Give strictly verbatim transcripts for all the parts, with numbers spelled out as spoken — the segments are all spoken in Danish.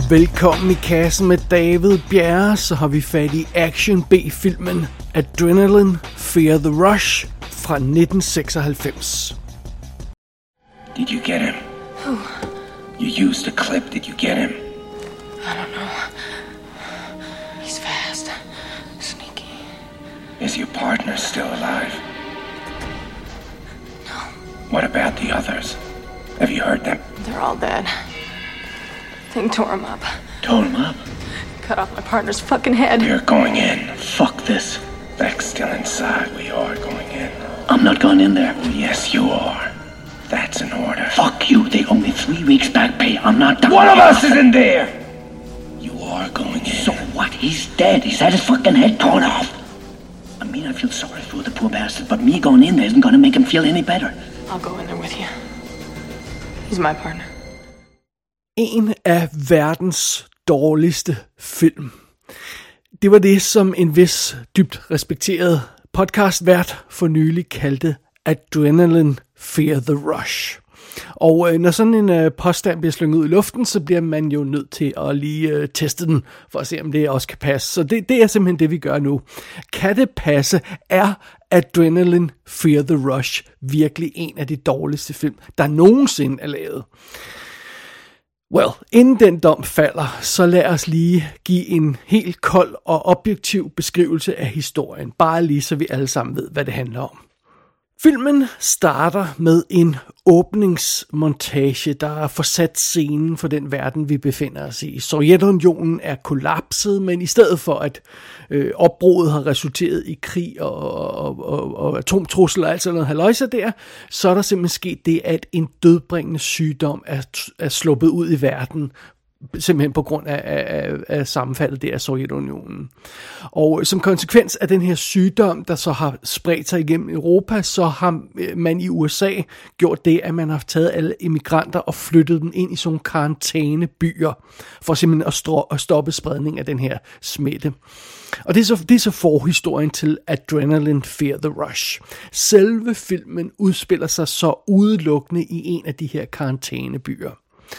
Velkommen i kassen med David Bjerre, så har vi fat i action B-filmen Adrenaline Fear the Rush fra nitten seksoghalvfems. Did you get him? Who? You used a clip. Did you get him? I don't know. He's fast. Sneaky. Is your partner still alive? No. What about the others? Have you heard them? They're all dead. Thing tore him up. Tore him up? Cut off my partner's fucking head. You're going in. Fuck this. Beck's still inside. We are going in. I'm not going in there. Oh, yes, you are. That's an order. Fuck you. They owe me three weeks back pay. I'm not done. One of us is in there! You are going in. So what? He's dead. He's had his fucking head torn off. I mean, I feel sorry for the poor bastard, but me going in there isn't going to make him feel any better. I'll go in there with you. He's my partner. En af verdens dårligste film. Det var det, som en vis dybt respekteret podcastvært for nylig kaldte Adrenaline Fear the Rush. Og øh, når sådan en øh, påstand bliver slynget ud i luften, så bliver man jo nødt til at lige øh, teste den, for at se, om det også kan passe. Så det, det er simpelthen det, vi gør nu. Kan det passe? Er Adrenaline Fear the Rush virkelig en af de dårligste film, der nogensinde er lavet? Well, inden den dom falder, så lad os lige give en helt kold og objektiv beskrivelse af historien. Bare lige så vi alle sammen ved, hvad det handler om. Filmen starter med en åbningsmontage, der får sat scenen for den verden, vi befinder os i. Sovjetunionen er kollapset, men i stedet for at øh, opbruddet har resulteret i krig og, og, og, og atomtrussel og alt sådan noget halløjse der, så er der simpelthen sket det, at en dødbringende sygdom er, er sluppet ud i verden, simpelthen på grund af, af, af sammenfaldet der af Sovjetunionen. Og som konsekvens af den her sygdom, der så har spredt sig igennem Europa, så har man i U S A gjort det, at man har taget alle immigranter og flyttet dem ind i sådan nogle karantænebyer, for simpelthen at, stro- at stoppe spredning af den her smitte. Og det er, så, det er så forhistorien til Adrenaline Fear the Rush. Selve filmen udspiller sig så udelukkende i en af de her karantænebyer.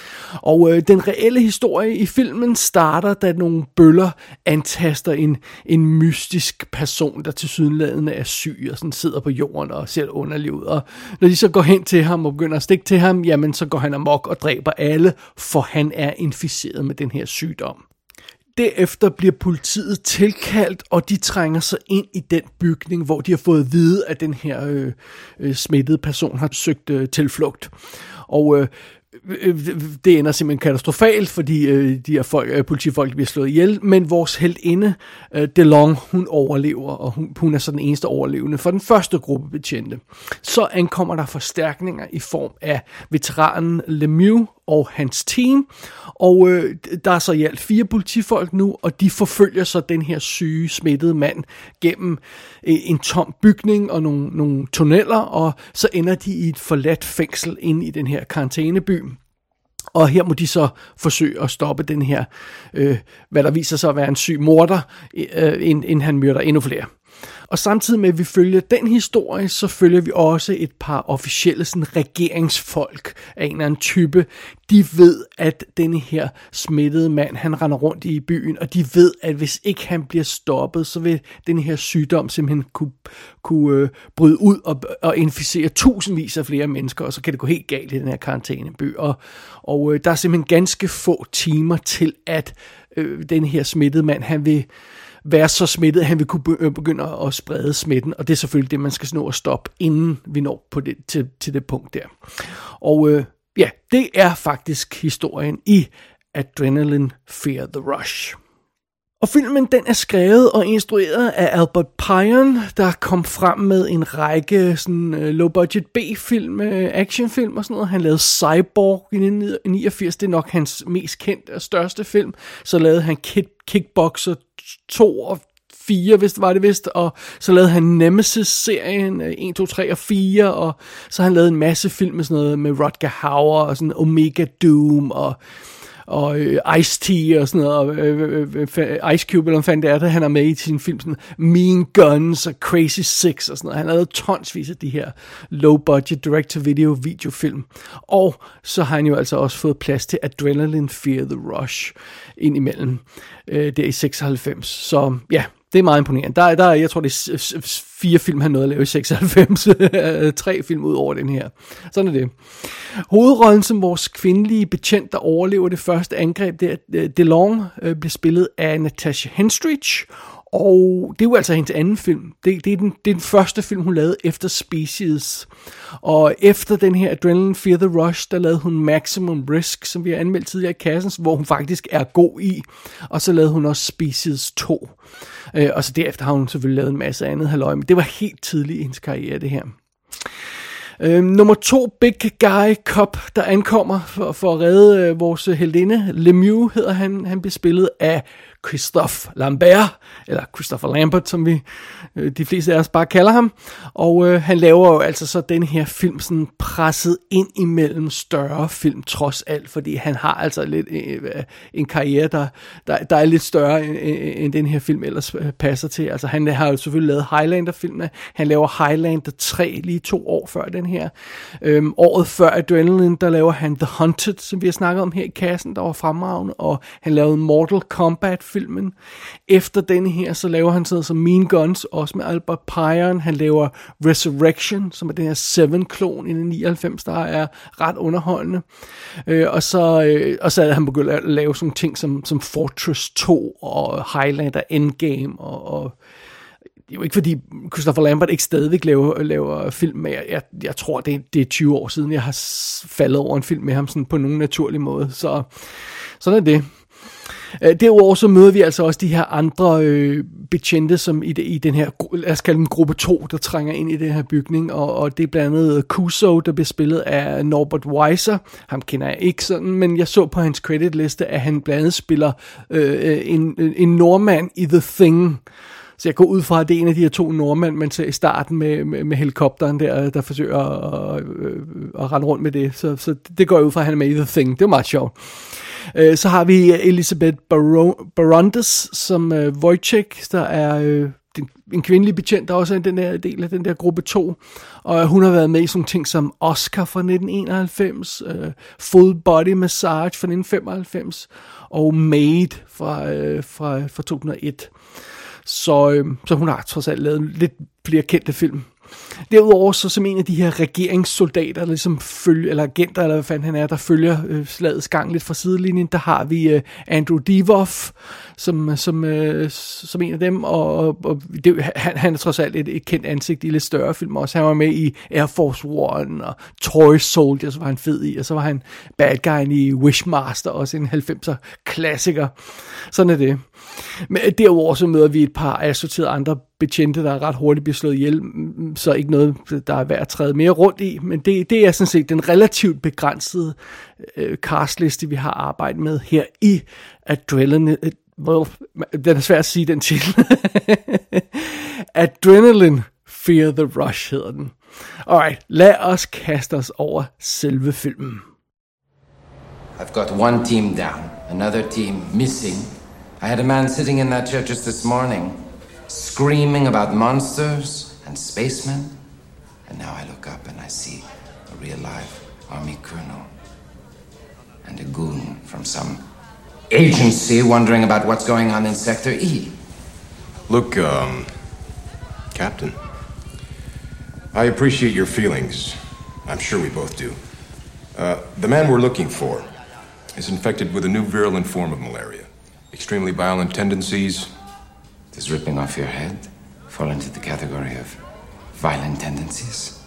Og øh, den reelle historie i filmen starter, da nogle bøller antaster en, en mystisk person, der tilsyneladende er syg og sådan sidder på jorden og ser underlig ud. Og når de så går hen til ham og begynder at stikke til ham, jamen så går han amok og dræber alle, for han er inficeret med den her sygdom. Derefter bliver politiet tilkaldt, og de trænger sig ind i den bygning, hvor de har fået at vide, at den her øh, øh, smittede person har søgt øh, tilflugt. Og øh, det ender simpelthen katastrofalt, fordi øh, de her folk, øh, politifolk bliver slået ihjel, men vores heltinde, øh, DeLong, hun overlever, og hun, hun er så den eneste overlevende for den første gruppe betjente. Så ankommer der forstærkninger i form af veteranen Lemieux og hans team, og øh, der er så i alt fire politifolk nu, og de forfølger så den her syge, smittede mand gennem øh, en tom bygning og nogle, nogle tunneller, og så ender de i et forladt fængsel inde i den her karantæneby. Og her må de så forsøge at stoppe den her, øh, hvad der viser sig at være en syg morder, øh, inden han myrder endnu flere. Og samtidig med, at vi følger den historie, så følger vi også et par officielle sådan, regeringsfolk af en eller anden type. De ved, at denne her smittede mand, han render rundt i byen, og de ved, at hvis ikke han bliver stoppet, så vil den her sygdom simpelthen kunne, kunne øh, bryde ud og, og inficere tusindvis af flere mennesker, og så kan det gå helt galt i den her karantæneby. Og, og øh, der er simpelthen ganske få timer til, at øh, den her smittede mand, han vil være så smittet, at han vil kunne begynde at sprede smitten, og det er selvfølgelig det, man skal nå at stoppe, inden vi når på det, til, til det punkt der. Og øh, ja, det er faktisk historien i Adrenaline Fear the Rush. Og filmen, den er skrevet og instrueret af Albert Pyun, der kom frem med en række sådan uh, low-budget B-film, uh, actionfilm og sådan noget. Han lavede Cyborg i nitten niogfirs, det er nok hans mest kendte og største film. Så lavede han Kick- Kickboxer to og fire, hvis det var det vist, og så lavede han Nemesis-serien en, to, tre og fire, og så har han lavet en masse film med sådan noget med Rutger Hauer og sådan Omega Doom og og øh, Ice-T og sådan noget, og øh, øh, Ice Cube, eller hvad fanden det er, der han er med i sin film, sådan Mean Guns og Crazy Six og sådan noget. Han har lavet tonsvis af de her low-budget direct-to-video videofilm. Og så har han jo altså også fået plads til Adrenaline Fear the Rush indimellem, øh, der i seksoghalvfems. Så ja, det er meget imponerende. Der, der, jeg tror, det er fire film, han nåede at lave i seksoghalvfems. Tre film ud over den her. Sådan er det. Hovedrollen som vores kvindelige betjent, der overlever det første angreb, det er DeLong, øh, bliver spillet af Natasha Henstridge. Og det er jo altså hendes anden film. Det, det, er den, det er den første film, hun lavede efter Species. Og efter den her Adrenaline Fear the Rush, der lavede hun Maximum Risk, som vi har anmeldt tidligere i kassen, hvor hun faktisk er god i. Og så lavede hun også Species to. Øh, og så derefter har hun selvfølgelig lavet en masse andet halløj. Men det var helt tidligt i hendes karriere, det her. Øh, nummer to, Big Guy Cop, der ankommer for, for at redde øh, vores heldinde. Lemieux hedder han. Han bliver spillet af Christophe Lambert, eller Christopher Lambert, som vi øh, de fleste af os bare kalder ham. Og øh, han laver jo altså så den her film sådan presset ind imellem større film, trods alt, fordi han har altså lidt øh, en karriere, der, der, der er lidt større end, end den her film ellers øh, passer til. Altså han har jo selvfølgelig lavet Highlander-filmene. Han laver Highlander tre lige to år før den her. Øhm, året før Adrenaline, der laver han The Hunted, som vi har snakket om her i kassen, der var fremragende, og han lavede Mortal Kombat filmen. Efter denne her, så laver han sådan noget som Mean Guns, også med Albert Pyron. Han laver Resurrection, som er den her Seven-klon i nioghalvfems, der er ret underholdende. Øh, og, så, øh, og så er han begyndt at lave sådan ting som, som Fortress to og Highlander Endgame og, og det er jo ikke fordi Christopher Lambert ikke stadigvæk laver, laver film med. Jeg, jeg tror, det, det er tyve år siden, jeg har faldet over en film med ham sådan på nogen naturlig måde. Så sådan er det. Derudover så møder vi altså også de her andre øh, betjente, som i, de, i den her, lad os kalde dem gruppe to, der trænger ind i den her bygning, og, og det er blandt andet Kuso, der bliver spillet af Norbert Weiser. Ham kender jeg ikke sådan, men jeg så på hans creditliste, at han blandt andet spiller øh, en, en nordmand i The Thing. Så jeg går ud fra, at det er en af de her to nordmænd, man ser i starten med, med, med helikopteren der, der forsøger at, at, at rende rundt med det. Så, så det går jeg ud fra, at han er med i The Thing. Det er meget sjovt. Så har vi Elisabeth Barondes som uh, Wojciech, der er uh, en kvindelig betjent, der også er den der del af den der gruppe to. Og hun har været med i sådan ting som Oscar fra nitten enoghalvfems, uh, Full Body Massage fra nitten femoghalvfems og Maid fra, uh, fra, fra to tusind og et. Så, øh, så hun har trods alt lavet lidt flere kendte film. Derudover så som en af de her regeringssoldater, der ligesom følger, eller agenter, eller hvad fanden han er, der følger øh, slagets gang lidt fra sidelinjen, der har vi øh, Andrew Divoff som, som, øh, som en af dem, og, og det, han, han er trods alt et, et kendt ansigt i lidt større film også. Han var med i Air Force One og Toy Soldier, så var han fed i, og så var han bad guyen i Wishmaster, også en halvfemser klassiker. Sådan er det. Men derudover så møder vi et par assorterede andre betjente, der ret hurtigt bliver slået ihjel, så ikke noget, der er værd at træde mere rundt i, men det, det er sådan set den relativt begrænsede øh, castliste, vi har arbejdet med her i Adrenaline. Well, den er svært at sige den til. Adrenaline Fear the Rush hedder den. Alright, lad os kaste os over selve filmen. I've got one team down, another team missing. I had a man sitting in that chair just this morning, screaming about monsters and spacemen. And now I look up and I see a real live army colonel and a goon from some agency wondering about what's going on in Sector E. Look, um, Captain, I appreciate your feelings. I'm sure we both do. Uh, the man we're looking for is infected with a new virulent form of malaria. Extremely violent tendencies. Does ripping off your head fall into the category of violent tendencies?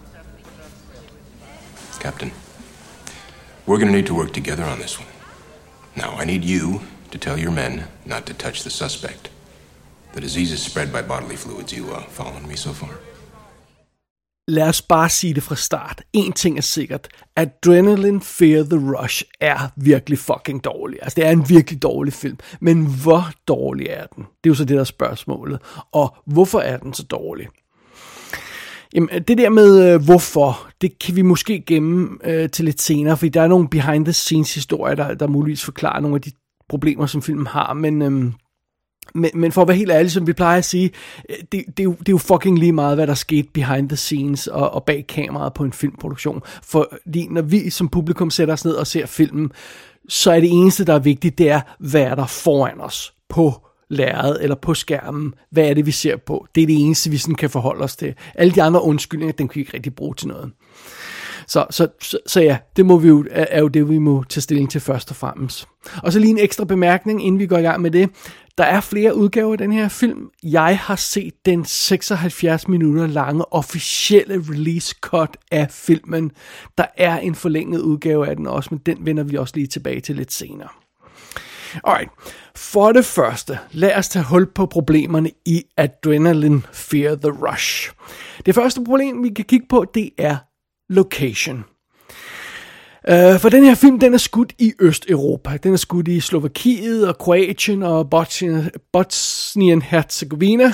Captain, we're going to need to work together on this one. Now, I need you to tell your men not to touch the suspect. The disease is spread by bodily fluids. You uh, following me so far? Lad os bare sige det fra start. En ting er sikkert. Adrenaline Fear the Rush er virkelig fucking dårlig. Altså, det er en virkelig dårlig film. Men hvor dårlig er den? Det er jo så det, der er spørgsmålet. Og hvorfor er den så dårlig? Jamen, det der med øh, hvorfor, det kan vi måske gemme øh, til lidt senere, fordi der er nogle behind-the-scenes-historier, der, der muligvis forklarer nogle af de problemer, som filmen har, men, øhm, men, men for at være helt ærlig, som vi plejer at sige, det, det, er jo, det er jo fucking lige meget, hvad der skete behind the scenes og, og bag kameraet på en filmproduktion, fordi når vi som publikum sætter os ned og ser filmen, så er det eneste, der er vigtigt, det er, hvad er der foran os på lærredet eller på skærmen. Hvad er det, vi ser på? Det er det eneste, vi sådan kan forholde os til. Alle de andre undskyldninger, den kan vi ikke rigtig bruge til noget. Så, så, så, så ja, det må vi jo, er jo det, vi må tage stilling til først og fremmest. Og så lige en ekstra bemærkning, inden vi går i gang med det. Der er flere udgaver af den her film. Jeg har set den seksoghalvfjerds minutter lange officielle release cut af filmen. Der er en forlænget udgave af den også, men den vender vi også lige tilbage til lidt senere. Alright. For det første, lad os tage hul på problemerne i Adrenaline Fear the Rush. Det første problem, vi kan kigge på, det er location. Uh, for den her film, den er skudt i Østeuropa. Den er skudt i Slovakiet og Kroatien og Bosnien-Herzegovina.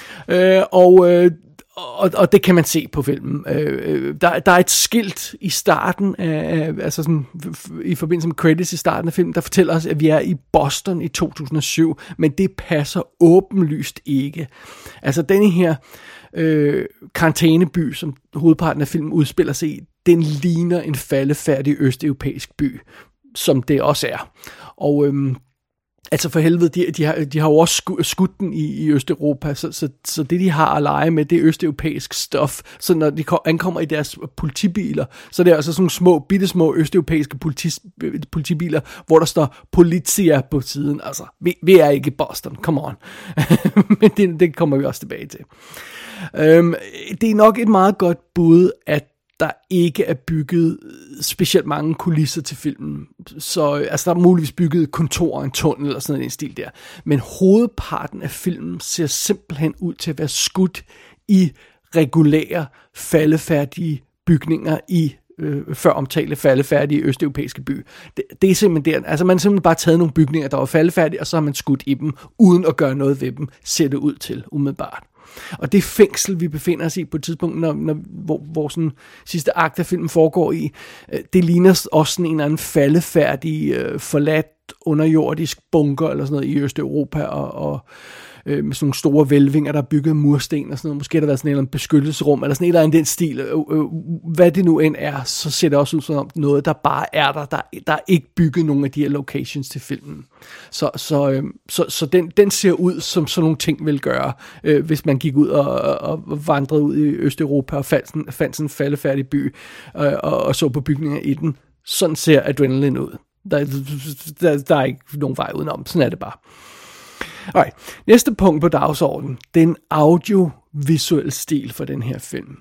Uh, og, uh, og, og det kan man se på filmen. Uh, der, der er et skilt i starten, af, altså sådan, i forbindelse med credits i starten af filmen, der fortæller os, at vi er i Boston i to tusind og syv, men det passer åbenlyst ikke. Altså denne her øh, karantæneby, som hovedparten af filmen udspiller sig i, den ligner en faldefærdig østeuropæisk by, som det også er. Og øhm, altså for helvede, de, de, har, de har jo også skudt den i, i Østeuropa, så, så, så det de har at lege med, det er østeuropæisk stof. Så når de ankommer i deres politibiler, så er det altså sådan nogle små, bittesmå østeuropæiske politi, politibiler, hvor der står Polizia på siden. Altså, vi, vi er ikke i Boston, come on. Men det, det kommer vi også tilbage til. Øhm, det er nok et meget godt bud, at der ikke er bygget specielt mange kulisser til filmen. Så altså, der er muligvis bygget kontor, en tunnel eller sådan en stil der. Men hovedparten af filmen ser simpelthen ud til at være skudt i regulære, faldefærdige bygninger i øh, før omtalte faldefærdige østeuropæiske by. Det, det er simpelthen der. Altså man har simpelthen bare taget nogle bygninger, der var faldefærdige, og så har man skudt i dem, uden at gøre noget ved dem, ser det ud til umiddelbart. Og det fængsel, vi befinder os i på et tidspunkt, når, når, hvor, hvor sådan sidste akt af filmen foregår i, det ligner også sådan en eller anden faldefærdig, øh, forladt underjordisk bunker eller sådan noget i Østeuropa, og, og øh, med sådan nogle store hvælvinger, der er bygget mursten og sådan noget. Måske har der været sådan en eller anden beskyttelsesrum, eller sådan en eller anden den stil. Øh, øh, hvad det nu end er, så ser det også ud som noget, der bare er der. Der, der er ikke bygget nogen af de her locations til filmen. Så, så, øh, så, så den, den ser ud, som sådan nogle ting vil gøre, øh, hvis man gik ud og, og, og vandrede ud i Østeuropa og fandt sådan, fandt sådan en faldefærdig by, øh, og, og så på bygninger i den. Sådan ser Adrenaline ud. Der, der, der er ikke nogen vej udenom. Sådan er det bare. Alright. Næste punkt på dagsordenen. Den audiovisuelle stil for den her film.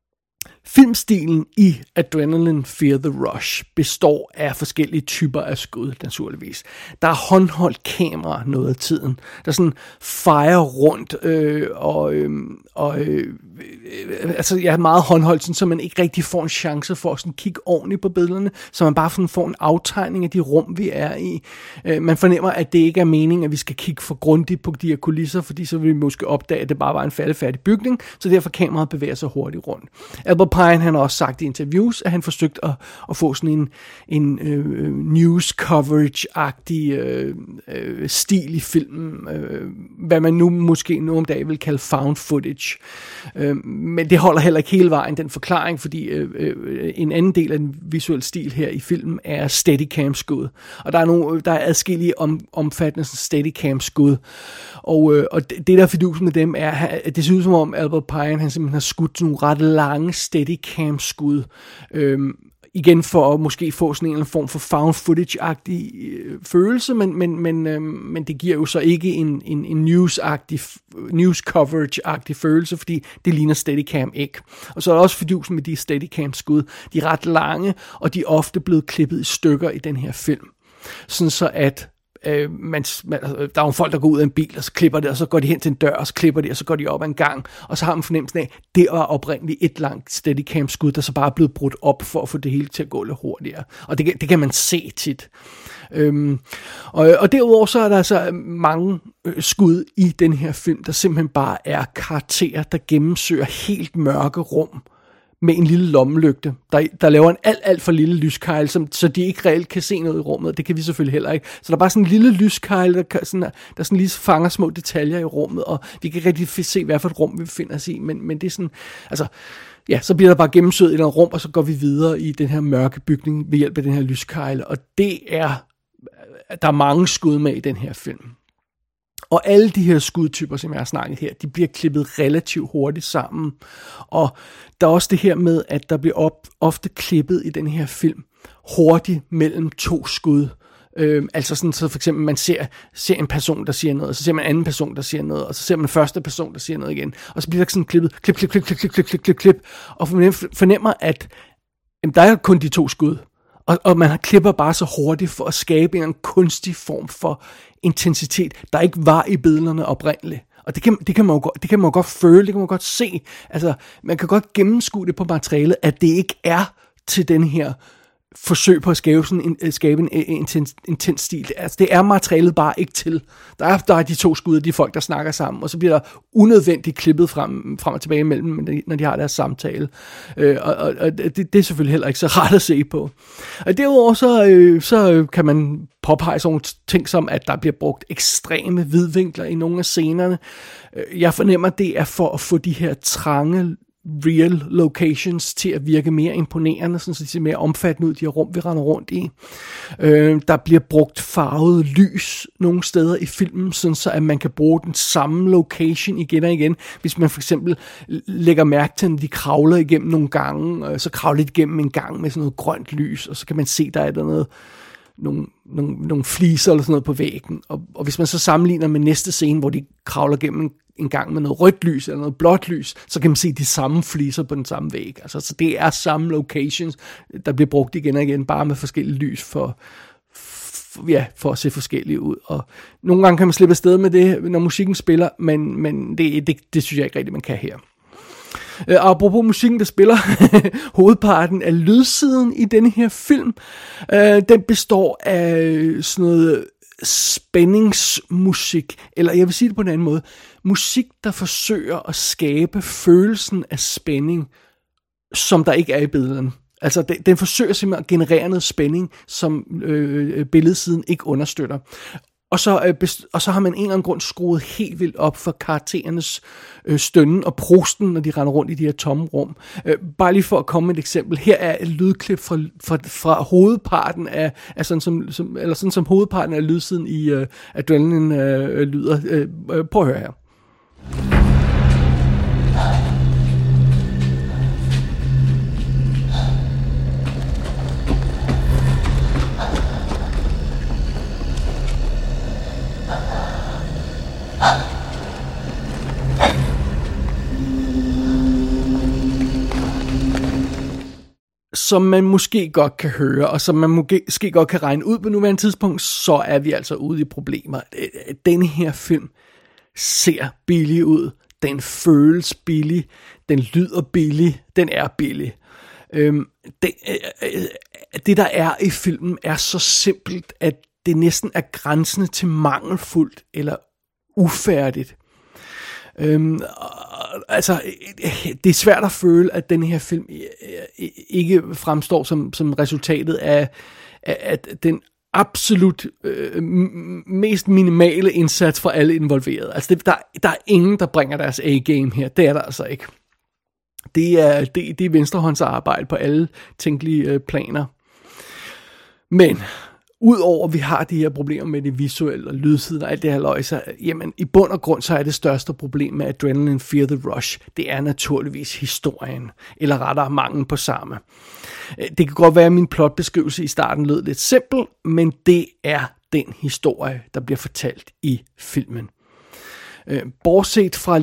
Filmstilen i Adrenaline Fear the Rush består af forskellige typer af skud, naturligvis. Der er håndholdt kamera noget af tiden, der sådan fejrer rundt, øh, og, øh, og øh, øh, altså jeg er meget håndholdt, sådan, så man ikke rigtig får en chance for at sådan kigge ordentligt på billederne, så man bare sådan får en aftegning af de rum, vi er i. Øh, man fornemmer, at det ikke er meningen, at vi skal kigge for grundigt på de her kulisser, fordi så vil vi måske opdage, at det bare var en faldefærdig bygning, så derfor kameraet bevæger sig hurtigt rundt. Albert Pine, han har også sagt i interviews, at han forsøgte at, at få sådan en, en øh, news coverage-agtig øh, øh, stil i filmen, øh, hvad man nu måske nu om dagen vil kalde found footage. Øh, men det holder heller ikke hele vejen, den forklaring, fordi øh, øh, en anden del af den visuelle stil her i filmen er steadicam-skud. Og der er, nogle, der er adskillige om, omfattende steadicam-skud. Og, øh, og det, det der fidusen med dem er, at det ser ud som om Albert Pine, han simpelthen har skudt nogle ret lange steadicam-skud. Øhm, igen for at måske få sådan en eller anden form for found footage-agtig øh, følelse, men, men, men, øh, men det giver jo så ikke en, en, en news-agtig, news coverage-agtig følelse, fordi det ligner steadicam ikke. Og så er der også fidusen med de steadicam-skud. De er ret lange, og de er ofte blevet klippet i stykker i den her film. Sådan så at Øh, man, man, der er nogle folk, der går ud af en bil, og så klipper det, og så går de hen til en dør, og så klipper de, og så går de op ad en gang, og så har man fornemmelsen af, det var oprindeligt et langt steadicam-skud, der så bare er blevet brudt op for at få det hele til at gå lidt hurtigere. Og det, det kan man se tit. Øhm, og, og derudover så er der altså mange øh, skud i den her film, der simpelthen bare er karakterer, der gennemsøger helt mørke rum med en lille lommelygte, der, der laver en alt, alt for lille lyskejl, som, så de ikke reelt kan se noget i rummet. Det kan vi selvfølgelig heller ikke. Så der er bare sådan en lille lyskejl, der, kan, sådan, der sådan lige fanger små detaljer i rummet, og vi kan ikke rigtig se, hvad for et rum vi befinder os i, men, men det er sådan, altså, ja, så bliver der bare gennemsøget i et rum, og så går vi videre i den her mørke bygning ved hjælp af den her lyskejl, og det er, der er mange skud med i den her film. Og alle de her skudtyper, som jeg har snakket her, de bliver klippet relativt hurtigt sammen. Og der er også det her med, at der bliver op, ofte klippet i den her film hurtigt mellem to skud. Øhm, altså sådan, så for eksempel man ser, ser en person, der siger noget, og så ser man en anden person, der siger noget, og så ser man en første person, der siger noget igen. Og så bliver der sådan klippet, klip, klip, klip, klip, klip, klip, klip, klip, klip. Og fornemmer, at jamen, der er kun de to skud. Og, og man klipper bare så hurtigt for at skabe en kunstig form for intensitet, der ikke var i billederne oprindeligt. Og det kan, det, kan man jo godt, det kan man jo godt føle, det kan man jo godt se. Altså, man kan godt gennemskue det på materialet, at det ikke er til den her forsøg på at skabe, sådan en, skabe en intens, intens stil. Altså, det er materialet bare ikke til. Der er, der er de to skud af de folk, der snakker sammen, og så bliver der unødvendigt klippet frem, frem og tilbage imellem, når de har deres samtale. Øh, og og, og det, det er selvfølgelig heller ikke så rart at se på. Og derudover så, øh, så kan man påpege sådan nogle ting som, at der bliver brugt ekstreme vidvinkler i nogle af scenerne. Jeg fornemmer, det er for at få de her trange real locations til at virke mere imponerende, sådan så de ser mere omfattende ud, de her rum, vi render rundt i. Øh, der bliver brugt farvet lys nogle steder i filmen, sådan så at man kan bruge den samme location igen og igen. Hvis man for eksempel lægger mærke til, at de kravler igennem nogle gange, øh, så kravler de igennem en gang med sådan noget grønt lys, og så kan man se, der er der noget Nogle, nogle, nogle fliser eller sådan noget på væggen. Og, og hvis man så sammenligner med næste scene, hvor de kravler gennem en, en gang med noget rødt lys eller noget blåt lys, så kan man se de samme fliser på den samme væg. Altså, så det er samme locations, der bliver brugt igen og igen, bare med forskellige lys for, for, ja, for at se forskellige ud. Og nogle gange kan man slippe afsted med det, når musikken spiller, men, men det, det, det synes jeg ikke rigtigt, man kan her. Uh, apropos musikken, der spiller hovedparten af lydsiden i denne her film, uh, den består af sådan noget spændingsmusik, eller jeg vil sige det på en anden måde, musik, der forsøger at skabe følelsen af spænding, som der ikke er i billederne. Altså, den, den forsøger simpelthen at generere noget spænding, som øh, billedsiden ikke understøtter. Og så, øh, best- og så har man en eller anden grund skruet helt vildt op for karakterernes øh, stønnen og prosten, når de render rundt i de her tomme rum. Øh, bare lige for at komme med et eksempel. Her er et lydklip fra, fra, fra hovedparten af, af sådan, som, som, eller sådan som hovedparten af lydsiden i øh, Adrenaline øh, lyder. Øh, øh, prøv at høre her. Som man måske godt kan høre, og som man måske godt kan regne ud på nuværende tidspunkt, så er vi altså ude i problemer. Denne her film ser billig ud. Den føles billig. Den lyder billig. Den er billig. Øhm, det, øh, det, der er i filmen, er så simpelt, at det næsten er grænsende til mangelfuldt eller ufærdigt. Øhm, altså, det er svært at føle, at den her film ikke fremstår som, som resultatet af, af den absolut øh, mest minimale indsats for alle involverede. Altså, det, der, der er ingen, der bringer deres A-game her. Det er der altså ikke. Det er, det, det er venstrehåndsarbejde på alle tænkelige øh, planer. Men udover at vi har de her problemer med det visuelle og lydsiden og alt det her løg, så jamen, i bund og grund, så er det største problem med Adrenaline Fear the Rush, det er naturligvis historien, eller rettere mangel på samme. Det kan godt være, at min plotbeskrivelse i starten lød lidt simpel, men det er den historie, der bliver fortalt i filmen. Bortset fra lidt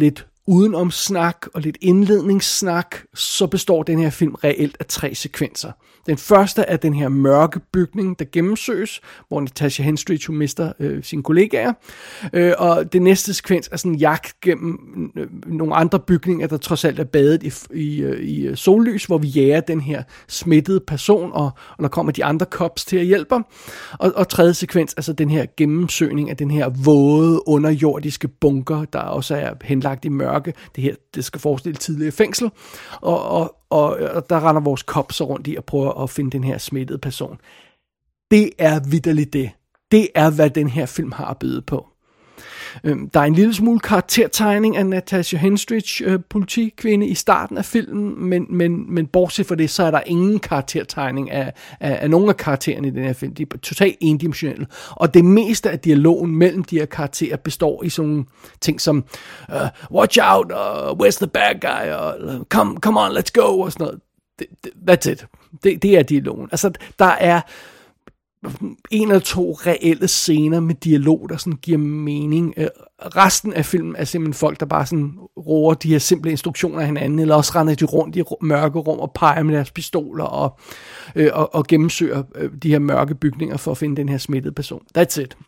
udenom snak og lidt indledningssnak, så består den her film reelt af tre sekvenser. Den første er den her mørke bygning, der gennemsøges, hvor Natasha Henstridge hun mister øh, sine kollegaer. Øh, og den næste sekvens er sådan en jagt gennem øh, nogle andre bygninger, der trods alt er badet i, i, øh, i sollys, hvor vi jager den her smittede person, og, og der kommer de andre cops til at hjælpe. Og, og tredje sekvens, altså den her gennemsøgning af den her våde, underjordiske bunker, der også er henlagt i mørke. Det her, det skal forestille tidligere fængsel. Og, og, og, og der render vores cops rundt i at prøve at finde den her smittede person. Det er vitterligt det. Det er, hvad den her film har at byde på. Der er en lille smule karaktertegning af Natasha Henstridge, øh, politikvinde, i starten af filmen, men, men, men bortset fra det, så er der ingen karaktertegning af, af, af nogen af karaktererne i den her film. De er totalt endimensionelle. Og det meste af dialogen mellem de her karakterer består i sådan ting som uh, watch out, uh, where's the bad guy, uh, come, come on, let's go, og sådan noget. That's it. Det, det er dialogen. Altså, der er en eller to reelle scener med dialog, der sådan giver mening. Resten af filmen er simpelthen folk, der bare sådan roer de her simple instruktioner af hinanden, eller også render de rundt i mørke rum og peger med deres pistoler og, øh, og, og gennemsøger de her mørke bygninger for at finde den her smittede person. That's it.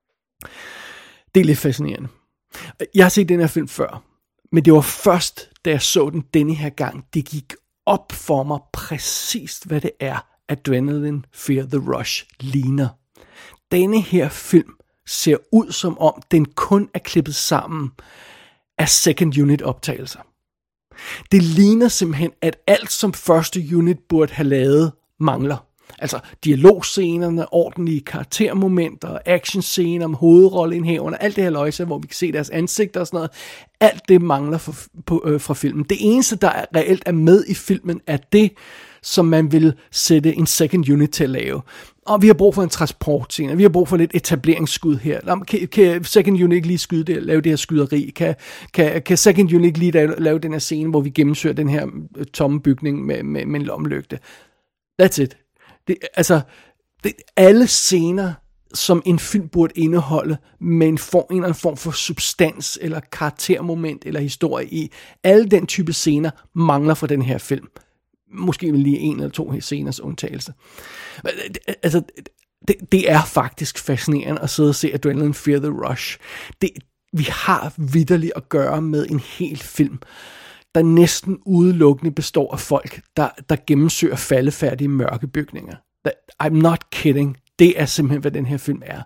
Det er lidt fascinerende. Jeg har set den her film før, men det var først, da jeg så den denne her gang, det gik op for mig præcis, hvad det er, Adrenaline Fear the Rush ligner. Denne her film ser ud som om den kun er klippet sammen af second unit optagelser. Det ligner simpelthen, at alt som første unit burde have lavet mangler. Altså dialogscenerne, ordentlige karaktermomenter, actionscener med hovedrolleindhaverne, alt det her løjse, hvor vi kan se deres ansigter og sådan noget. Alt det mangler fra, på, øh, fra filmen. Det eneste, der er, reelt er med i filmen, er det, som man vil sætte en second unit til at lave. Og vi har brug for en transportscene, vi har brug for lidt etableringsskud her. Kan, kan second unit ikke lige skyde det, lave det her skyderi? Kan, kan, kan second unit ikke lige lave, lave den her scene, hvor vi gennemsøger den her tomme bygning med, med, med en lommelygte? That's it. Det, altså, det, alle scener, som en film burde indeholde, med en, form, en eller anden form for substans, eller karaktermoment, eller historie i, alle den type scener mangler fra den her film. Måske lige en eller to sceners undtagelse. Altså, det, det er faktisk fascinerende at sidde og se Adrenaline Fear the Rush. Det, vi har vitterligt at gøre med en hel film, der næsten udelukkende består af folk, der, der gennemsøger faldefærdige mørke bygninger. I'm not kidding. Det er simpelthen, hvad den her film er.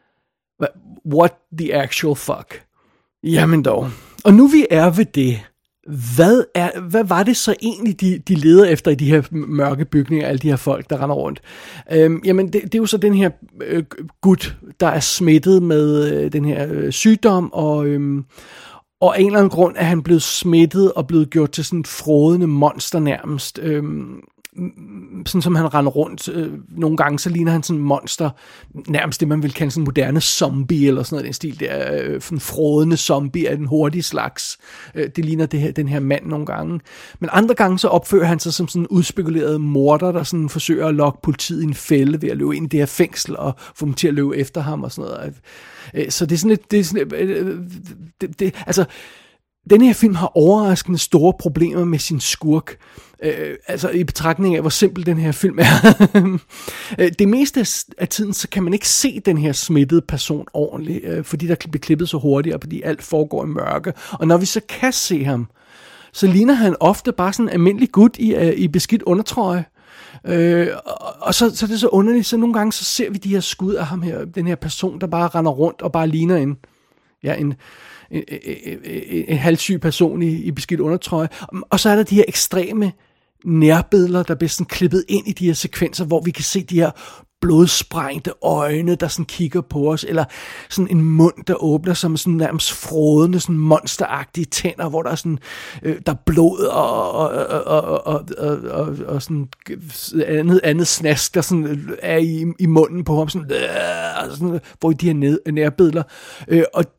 What the actual fuck? Jamen dog. Og nu vi er ved det, hvad, er, hvad var det så egentlig, de, de leder efter i de her mørke bygninger, alle de her folk, der render rundt? Øhm, jamen, det, det er jo så den her øh, gut, der er smittet med øh, den her øh, sygdom, og... Øh, Og af en eller anden grund er han blevet smittet og blevet gjort til sådan et frådende monster nærmest. Øhm, sådan som han render rundt. Øh, nogle gange så ligner han sådan en monster. Nærmest det man vil kalde sådan en moderne zombie eller sådan noget. Den stil der. Øh, en frådende zombie af den hurtige slags. Øh, det ligner det her, den her mand nogle gange. Men andre gange så opfører han sig som sådan en udspekuleret morder, der sådan forsøger at lokke politiet i en fælde ved at løbe ind i det her fængsel og få dem til at løbe efter ham og sådan noget. Så det er sådan et, det er sådan et, det, det, altså, den her film har overraskende store problemer med sin skurk. Øh, altså i betragtning af, hvor simpel den her film er. Det meste af tiden, så kan man ikke se den her smittede person ordentligt, øh, fordi der bliver klippet så hurtigt, og fordi alt foregår i mørke. Og når vi så kan se ham, så ligner han ofte bare sådan en almindelig gut i, uh, i beskidt undertrøje. Øh, og, og så, så er det så underligt, så nogle gange så ser vi de her skud af ham her, den her person, der bare render rundt og bare ligner en, ja, en, en, en, en, en halvsyg person i, i beskidt undertrøje. Og, og så er der de her ekstreme nærbilleder, der bliver sådan klippet ind i de her sekvenser, hvor vi kan se de her blodsprængte øjne, der sådan kigger på os, eller sådan en mund, der åbner som sådan nærmest frådende, sådan monsteragtige tænder, hvor der er sådan, øh, der er blod og, og, og, og, og, og, og, og sådan andet, andet snask, der sådan er i, i munden på ham, sådan, øh, sådan hvor de her ned, nærbilleder. Øh, og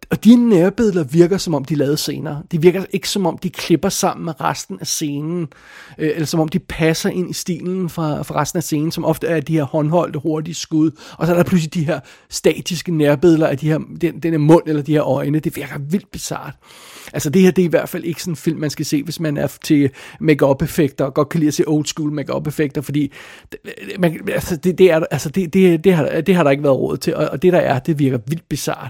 og de nærbilleder virker, som om de er lavet senere. De virker ikke, som om de klipper sammen med resten af scenen, øh, eller som om de passer ind i stilen fra, fra resten af scenen, som ofte er de her håndholdte, hurtige skud, og så er der pludselig de her statiske nærbilleder af de her, den, den her mund eller de her øjne. Det virker vildt bizarrt. Altså det her, det er i hvert fald ikke sådan en film, man skal se, hvis man er til make-up-effekter, og godt kan lide at se old school make-up-effekter, fordi man, altså, det, det, er, altså, det, det, det, har, det har der ikke været råd til, og, og det der er, det virker vildt bizarrt.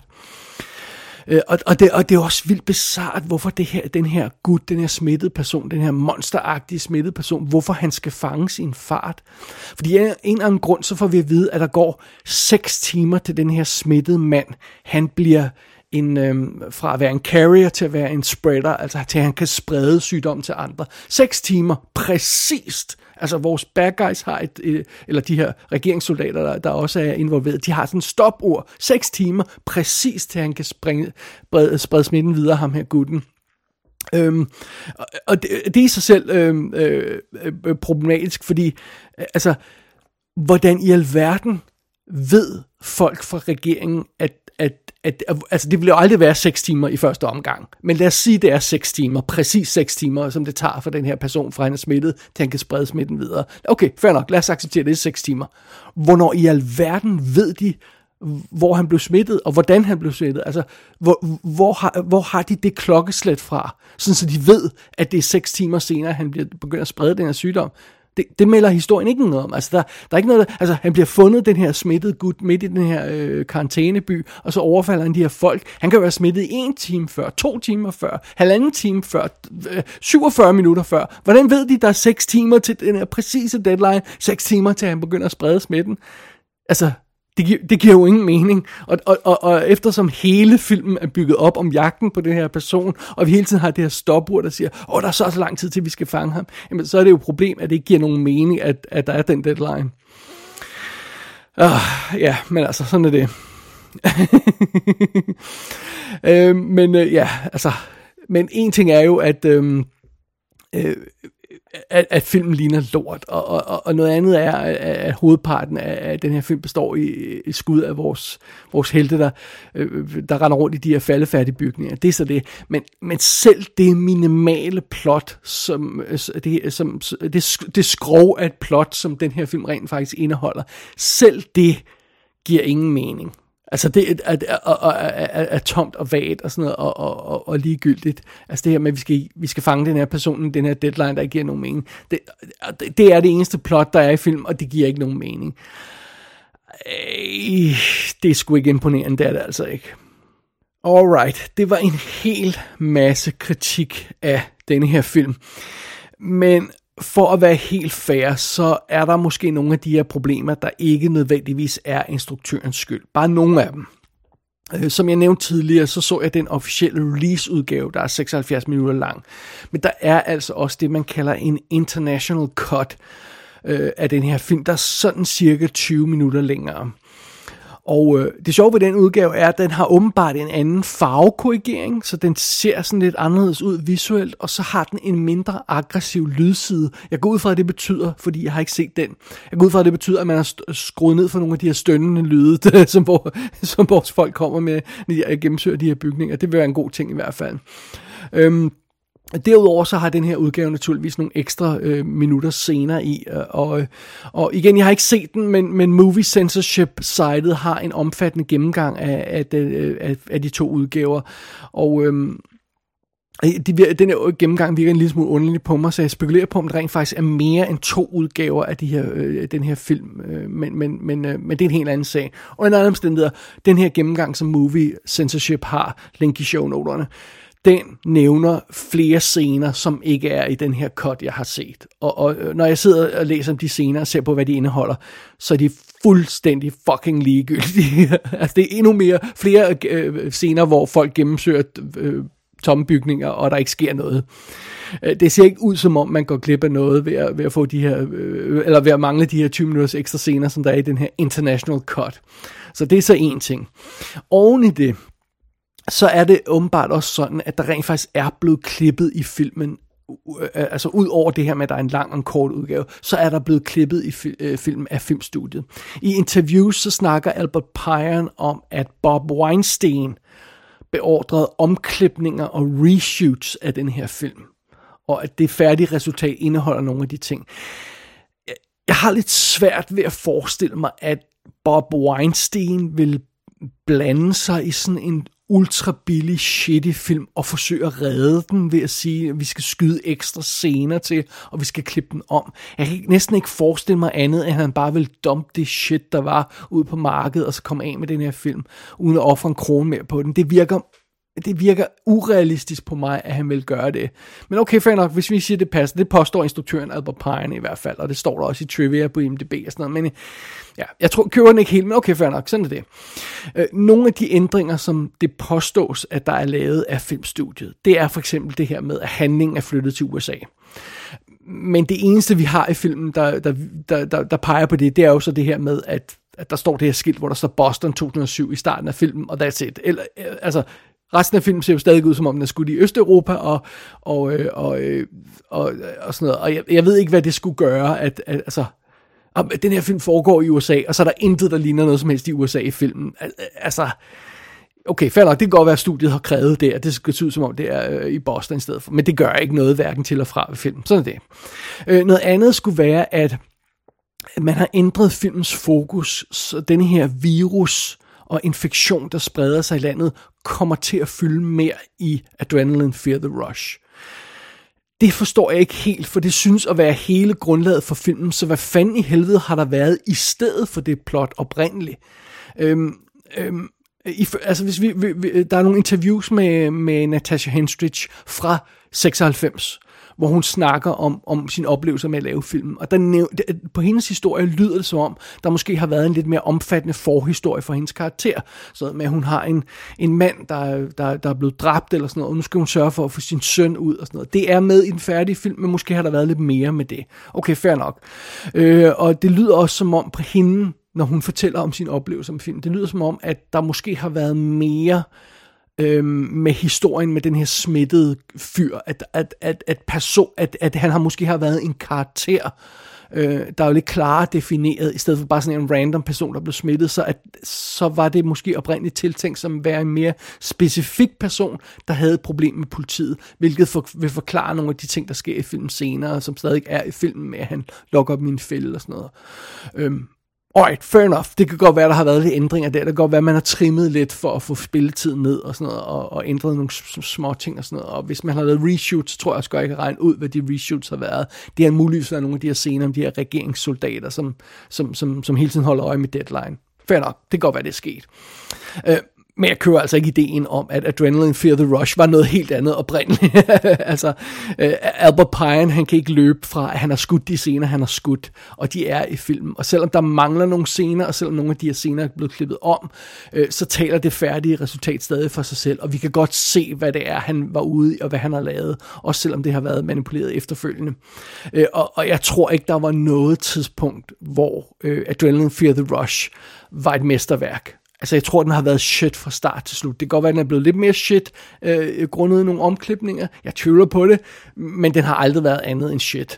Uh, og, og, det, og det er også vildt bizarrt, hvorfor det her, den her gut, den her smittede person, den her monsteragtige smittede person, hvorfor han skal fanges i en fart. Fordi af en eller anden grund, så får vi at vide, at der går seks timer til den her smittede mand. Han bliver en, øhm, fra at være en carrier til at være en spreader, altså til at han kan sprede sygdom til andre. Seks timer, præcist. Altså vores bad guys har et, et eller de her regeringssoldater, der, der også er involveret, de har sådan en stopord. Seks timer, præcist til at han kan springe, sprede, sprede smitten videre, ham her gutten. Øhm, og det, det er i sig selv øhm, øh, øh, problematisk, fordi øh, altså, hvordan i alverden ved folk fra regeringen, at At, at, at, altså det vil jo aldrig være seks timer i første omgang, men lad os sige, det er seks timer, præcis seks timer, som det tager for den her person, fra han er smittet, til han kan sprede smitten videre. Okay, fair nok, lad os acceptere, det er seks timer. Hvornår i alverden ved de, hvor han blev smittet, og hvordan han blev smittet? Altså, hvor, hvor, har, hvor har de det klokkeslæt fra, sådan så de ved, at det er seks timer senere, han bliver begyndt at sprede den her sygdom? Det, det melder historien ikke noget om. Altså, der, der er ikke noget, der, altså, han bliver fundet, den her smittede gut, midt i den her øh, karantæneby, og så overfalder han de her folk. Han kan være smittet i en time før, to timer før, halvanden time før, øh, syvogfyrre minutter før. Hvordan ved de, der er seks timer til den her præcise deadline, seks timer til han begynder at sprede smitten? Altså, det, gi- det giver jo ingen mening. Og, og, og, og eftersom hele filmen er bygget op om jagten på den her person, og vi hele tiden har det her stopord, der siger, åh, der er så så lang tid til, vi skal fange ham, jamen, så er det jo et problem, at det ikke giver nogen mening, at, at der er den deadline. Uh, ja, men altså, sådan er det. uh, men uh, ja, altså, men en ting er jo, at... Uh, uh, At, at filmen ligner lort, og, og, og noget andet er, at hovedparten af den her film består i, i skud af vores, vores helte, der, der render rundt i de her faldefærdige bygninger. Det er så det. Men, men selv det minimale plot, som, det, som, det, det skrog af et plot, som den her film rent faktisk indeholder, selv det giver ingen mening. Altså det er, er, er, er, er tomt og vagt og sådan noget, og, og, og, og ligegyldigt. Altså det her med, at vi skal, vi skal fange den her person, den her deadline, der ikke giver nogen mening. Det, det er det eneste plot, der er i film, og det giver ikke nogen mening. Det er sgu ikke imponerende, det er det altså ikke. Alright, det var en hel masse kritik af denne her film. Men for at være helt fair, så er der måske nogle af de her problemer, der ikke nødvendigvis er instruktørens skyld. Bare nogle af dem. Som jeg nævnte tidligere, så så jeg den officielle release-udgave, der er seksoghalvfjerds minutter lang. Men der er altså også det, man kalder en international cut øh, af den her film, der er sådan cirka tyve minutter længere. Og øh, det sjove ved den udgave er, at den har åbenbart en anden farvekorrigering, så den ser sådan lidt anderledes ud visuelt, og så har den en mindre aggressiv lydside. Jeg går ud fra, at det betyder, fordi jeg har ikke set den, jeg går ud fra, at det betyder, at man har skruet ned for nogle af de her stønnende lyde, som, hvor, som vores folk kommer med, når de gennemsøger de her bygninger. Det vil være en god ting i hvert fald. Øhm, Derudover så har den her udgave naturligvis nogle ekstra øh, minutter senere i, øh, og, og igen, jeg har ikke set den, men, men Movie Censorship-sitet har en omfattende gennemgang af, af, de, af, af de to udgaver, og øh, de, den her gennemgang virker en lille smule underlig på mig, så jeg spekulerer på, om det rent faktisk er mere end to udgaver af de her, øh, den her film, øh, men, men, men, øh, men det er en helt anden sag. Og en anden omstændighed, den her gennemgang, som Movie Censorship har, link i shownoterne, den nævner flere scener, som ikke er i den her cut, jeg har set. Og, og når jeg sidder og læser om de scener og ser på, hvad de indeholder, så er de fuldstændig fucking ligegyldige. Altså det er endnu mere, flere øh, scener, hvor folk gennemsøger øh, tomme bygninger, og der ikke sker noget. Det ser ikke ud, som om man går glip af noget ved at, ved at få de her, øh, eller ved at mangle de her tyve minutters ekstra scener, som der er i den her international cut. Så det er så en ting. Oven i det, så er det åbenbart også sådan, at der rent faktisk er blevet klippet i filmen, altså ud over det her med, at der er en lang og en kort udgave, så er der blevet klippet i fi- filmen af filmstudiet. I interviews så snakker Albert Pyron om, at Bob Weinstein beordret omklipninger og reshoots af den her film. Og at det færdige resultat indeholder nogle af de ting. Jeg, jeg har lidt svært ved at forestille mig, at Bob Weinstein vil blande sig i sådan en ultra billig, shitty film og forsøge at redde den ved at sige, at vi skal skyde ekstra scener til, og vi skal klippe den om. Jeg kan næsten ikke forestille mig andet, end at han bare vil dumpe det shit, der var ude på markedet, og så komme af med den her film, uden at ofre en krone mere på den. Det virker Det virker urealistisk på mig, at han vil gøre det. Men okay, fair nok, hvis vi siger, det passer. Det påstår instruktøren Albert Pine i hvert fald, og det står der også i trivia på I M D B og sådan noget. Men ja, jeg tror, køber den ikke helt, men okay, fair nok, sådan er det. Øh, nogle af de ændringer, som det påstås, at der er lavet af filmstudiet, det er for eksempel det her med, at handlingen er flyttet til U S A. Men det eneste, vi har i filmen, der, der, der, der, der peger på det, det er jo så det her med, at, at der står det her skilt, hvor der står Boston to tusind og syv i starten af filmen, og that's it. Eller, altså... Resten af filmen ser jo stadig ud, som om den er skudt i Østeuropa og, og, og, og, og, og sådan noget. Og jeg, jeg ved ikke, hvad det skulle gøre, at, at altså, at den her film foregår i U S A, og så er der intet, der ligner noget som helst i U S A i filmen. Altså, okay, fair nok, det kan godt være, at studiet har krævet det, at det skal se ud, som om det er øh, i Boston i stedet for. Men det gør ikke noget, hverken til og fra ved filmen. Sådan er det. Øh, noget andet skulle være, at man har ændret filmens fokus, så den her virus og infektion, der spreder sig i landet, kommer til at fylde mere i Adrenaline Fear the Rush. Det forstår jeg ikke helt, for det synes at være hele grundlaget for filmen, så hvad fanden i helvede har der været i stedet for det plot oprindeligt? Øhm, øhm, i, altså hvis vi, vi, vi, der er nogle interviews med, med Natasha Henstridge fra seksoghalvfems, hvor hun snakker om, om sine oplevelser med at lave film. Og der næv- på hendes historie lyder det som om, der måske har været en lidt mere omfattende forhistorie for hendes karakter. Så med, at hun har en, en mand, der, der, der er blevet dræbt eller sådan noget, og nu skal hun sørge for at få sin søn ud og sådan noget. Det er med i den færdige film, men måske har der været lidt mere med det. Okay, fair nok. Øh, og det lyder også som om på hende, når hun fortæller om sin oplevelse med film, det lyder som om, at der måske har været mere Øhm, med historien med den her smittede fyr, at, at, at, at, person, at, at han har måske har været en karakter, øh, der er jo lidt klarere defineret, i stedet for bare sådan en random person, der blev smittet, så, at, så var det måske oprindeligt tiltænkt som at være en mere specifik person, der havde et problem med politiet, hvilket for, vil forklare nogle af de ting, der sker i filmen senere, som stadig er i filmen med, at han lukker op min fælde og sådan noget. Øhm, Alright, fair enough. Det kan godt være, der har været lidt ændringer der. Det kan godt være, man har trimmet lidt for at få spilletiden ned og sådan noget, og, og ændret nogle små ting og sådan noget. Og hvis man har lavet reshoots, tror jeg også godt, jeg kan regne ud, hvad de reshoots har været. Det er muligvis af nogle af de her scener om de her regeringssoldater, som, som, som, som hele tiden holder øje med deadline. Fair nok, det kan godt være, det er sket. Uh, Men jeg kører altså ikke ideen om, at Adrenaline Fear the Rush var noget helt andet oprindeligt. altså, uh, Albert Pine, han kan ikke løbe fra, at han har skudt de scener, han har skudt, og de er i filmen. Og selvom der mangler nogle scener, og selvom nogle af de her scener er blevet klippet om, uh, så taler det færdige resultat stadig for sig selv, og vi kan godt se, hvad det er, han var ude i, og hvad han har lavet, også selvom det har været manipuleret efterfølgende. Uh, og, og jeg tror ikke, der var noget tidspunkt, hvor uh, Adrenaline Fear the Rush var et mesterværk. Altså, jeg tror, den har været shit fra start til slut. Det kan godt være, den er blevet lidt mere shit, øh, grundet i nogle omklipninger. Jeg tvivler på det, men den har aldrig været andet end shit.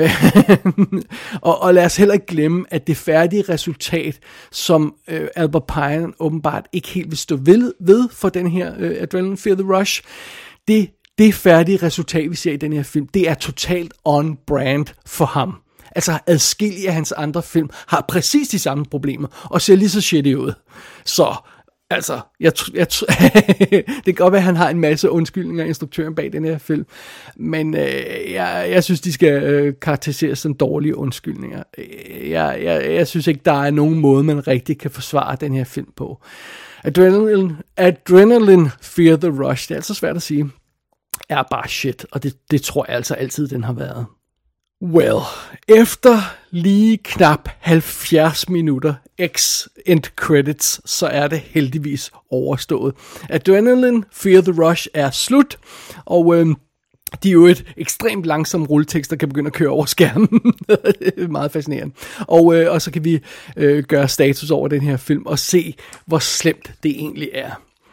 og, og lad os heller ikke glemme, at det færdige resultat, som øh, Albert Pine åbenbart ikke helt vil stå ved, ved for den her øh, Adrenaline Fear the Rush, det, det færdige resultat, vi ser i den her film, det er totalt on-brand for ham. Altså adskillige af hans andre film har præcis de samme problemer, og ser lige så shitty ud. Så, altså, jeg, jeg, det kan godt være, at han har en masse undskyldninger af instruktøren bag den her film, men øh, jeg, jeg synes, de skal øh, karakteriseres som dårlige undskyldninger. Jeg, jeg, jeg synes ikke, der er nogen måde, man rigtig kan forsvare den her film på. Adrenaline, Adrenaline Fear the Rush, det er altså svært at sige, er bare shit, og det, det tror jeg altså altid, den har været. Well, efter lige knap halvfjerds minutter x end credits, så er det heldigvis overstået. Adrenaline Fear the Rush er slut, og øh, de er jo et ekstremt langsomt rulletekst, der kan begynde at køre over skærmen. Det er meget fascinerende. Og, øh, og så kan vi øh, gøre status over den her film og se, hvor slemt det egentlig er.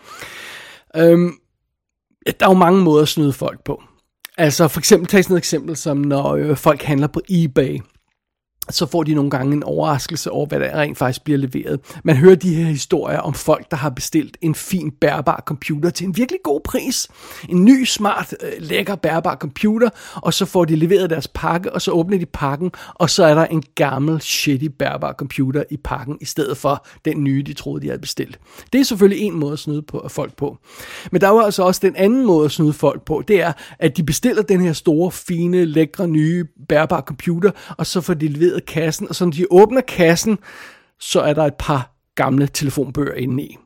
Øhm, der er jo mange måder at snyde folk på. Altså for eksempel, tag sådan et eksempel som når øh, folk handler på eBay. så får de nogle gange en overraskelse over, hvad der rent faktisk bliver leveret. Man hører de her historier om folk, der har bestilt en fin bærbar computer til en virkelig god pris. En ny, smart, lækker bærbar computer, og så får de leveret deres pakke, og så åbner de pakken, og så er der en gammel, shitty bærbar computer i pakken, i stedet for den nye, de troede, de havde bestilt. Det er selvfølgelig en måde at snyde på, folk på. Men der er jo altså også den anden måde at snyde folk på, det er, at de bestiller den her store, fine, lækre, nye bærbar computer, og så får de leveret kassen, og så når de åbner kassen, så er der et par gamle telefonbøger inde i.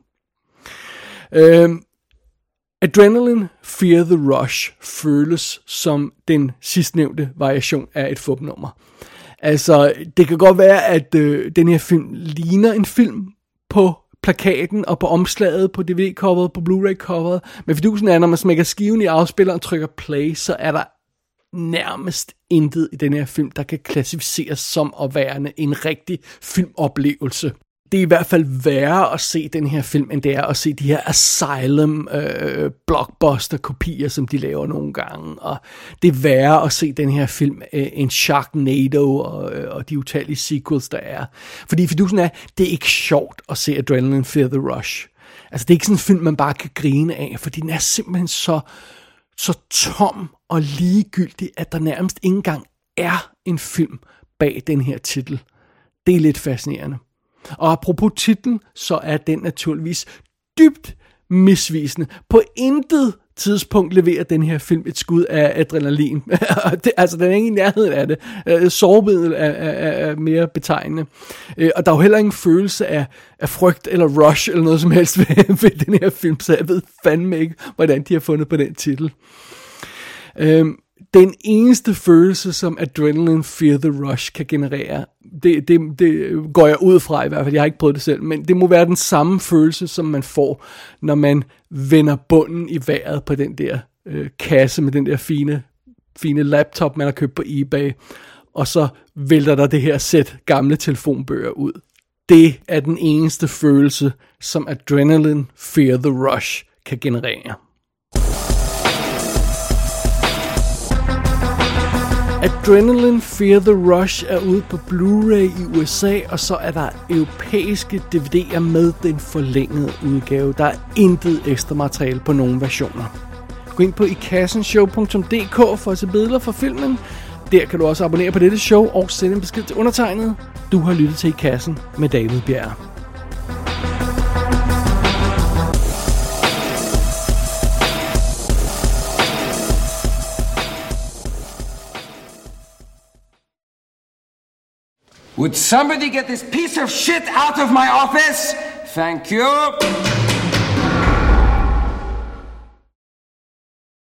Øhm, Adrenaline Fear the Rush føles som den sidstnævnte variation af et fupnummer. Altså, det kan godt være, at øh, den her film ligner en film på plakaten og på omslaget, på D V D-coveret, på Blu-ray-coveret, men fidusen er, når man smækker skiven i afspilleren og trykker play, så er der nærmest intet i den her film, der kan klassificeres som at være en rigtig filmoplevelse. Det er i hvert fald værre at se den her film, end det er at se de her Asylum øh, blockbuster-kopier, som de laver nogle gange. Og det er værre at se den her film øh, end Sharknado og, øh, og de utallige sequels, der er. Fordi fidusen er, det er ikke sjovt at se Adrenaline Fear the Rush. Altså det er ikke sådan en film, man bare kan grine af, fordi den er simpelthen så så tom og ligegyldig, at der nærmest ikke engang er en film bag den her titel. Det er lidt fascinerende. Og apropos titlen, så er den naturligvis dybt misvisende. På intet tidspunkt leverer den her film et skud af adrenalin. det, altså, den er ikke i nærheden af det. Sårmiddel er, er, er mere betegnende. Og der er jo heller ingen følelse af, af frygt eller rush eller noget som helst ved, ved den her film, så jeg ved fandme ikke, hvordan de har fundet på den titel. Øhm, den eneste følelse, som Adrenaline Fear the Rush kan generere, det, det, det går jeg ud fra i hvert fald, jeg har ikke prøvet det selv, men det må være den samme følelse, som man får, når man vender bunden i vejret på den der øh, kasse med den der fine, fine laptop, man har købt på eBay, og så vælter der det her sæt gamle telefonbøger ud. Det er den eneste følelse, som Adrenaline Fear the Rush kan generere. Adrenaline Fear the Rush er ude på Blu-ray i U S A, og så er der europæiske D V D'er med den forlængede udgave. Der er intet ekstra materiale på nogle versioner. Gå ind på i kassen show punktum d k for at se billeder fra filmen. Der kan du også abonnere på dette show og sende en besked til undertegnet. Du har lyttet til I Kassen med David Bjerg. Would somebody get this piece of shit out of my office? Thank you.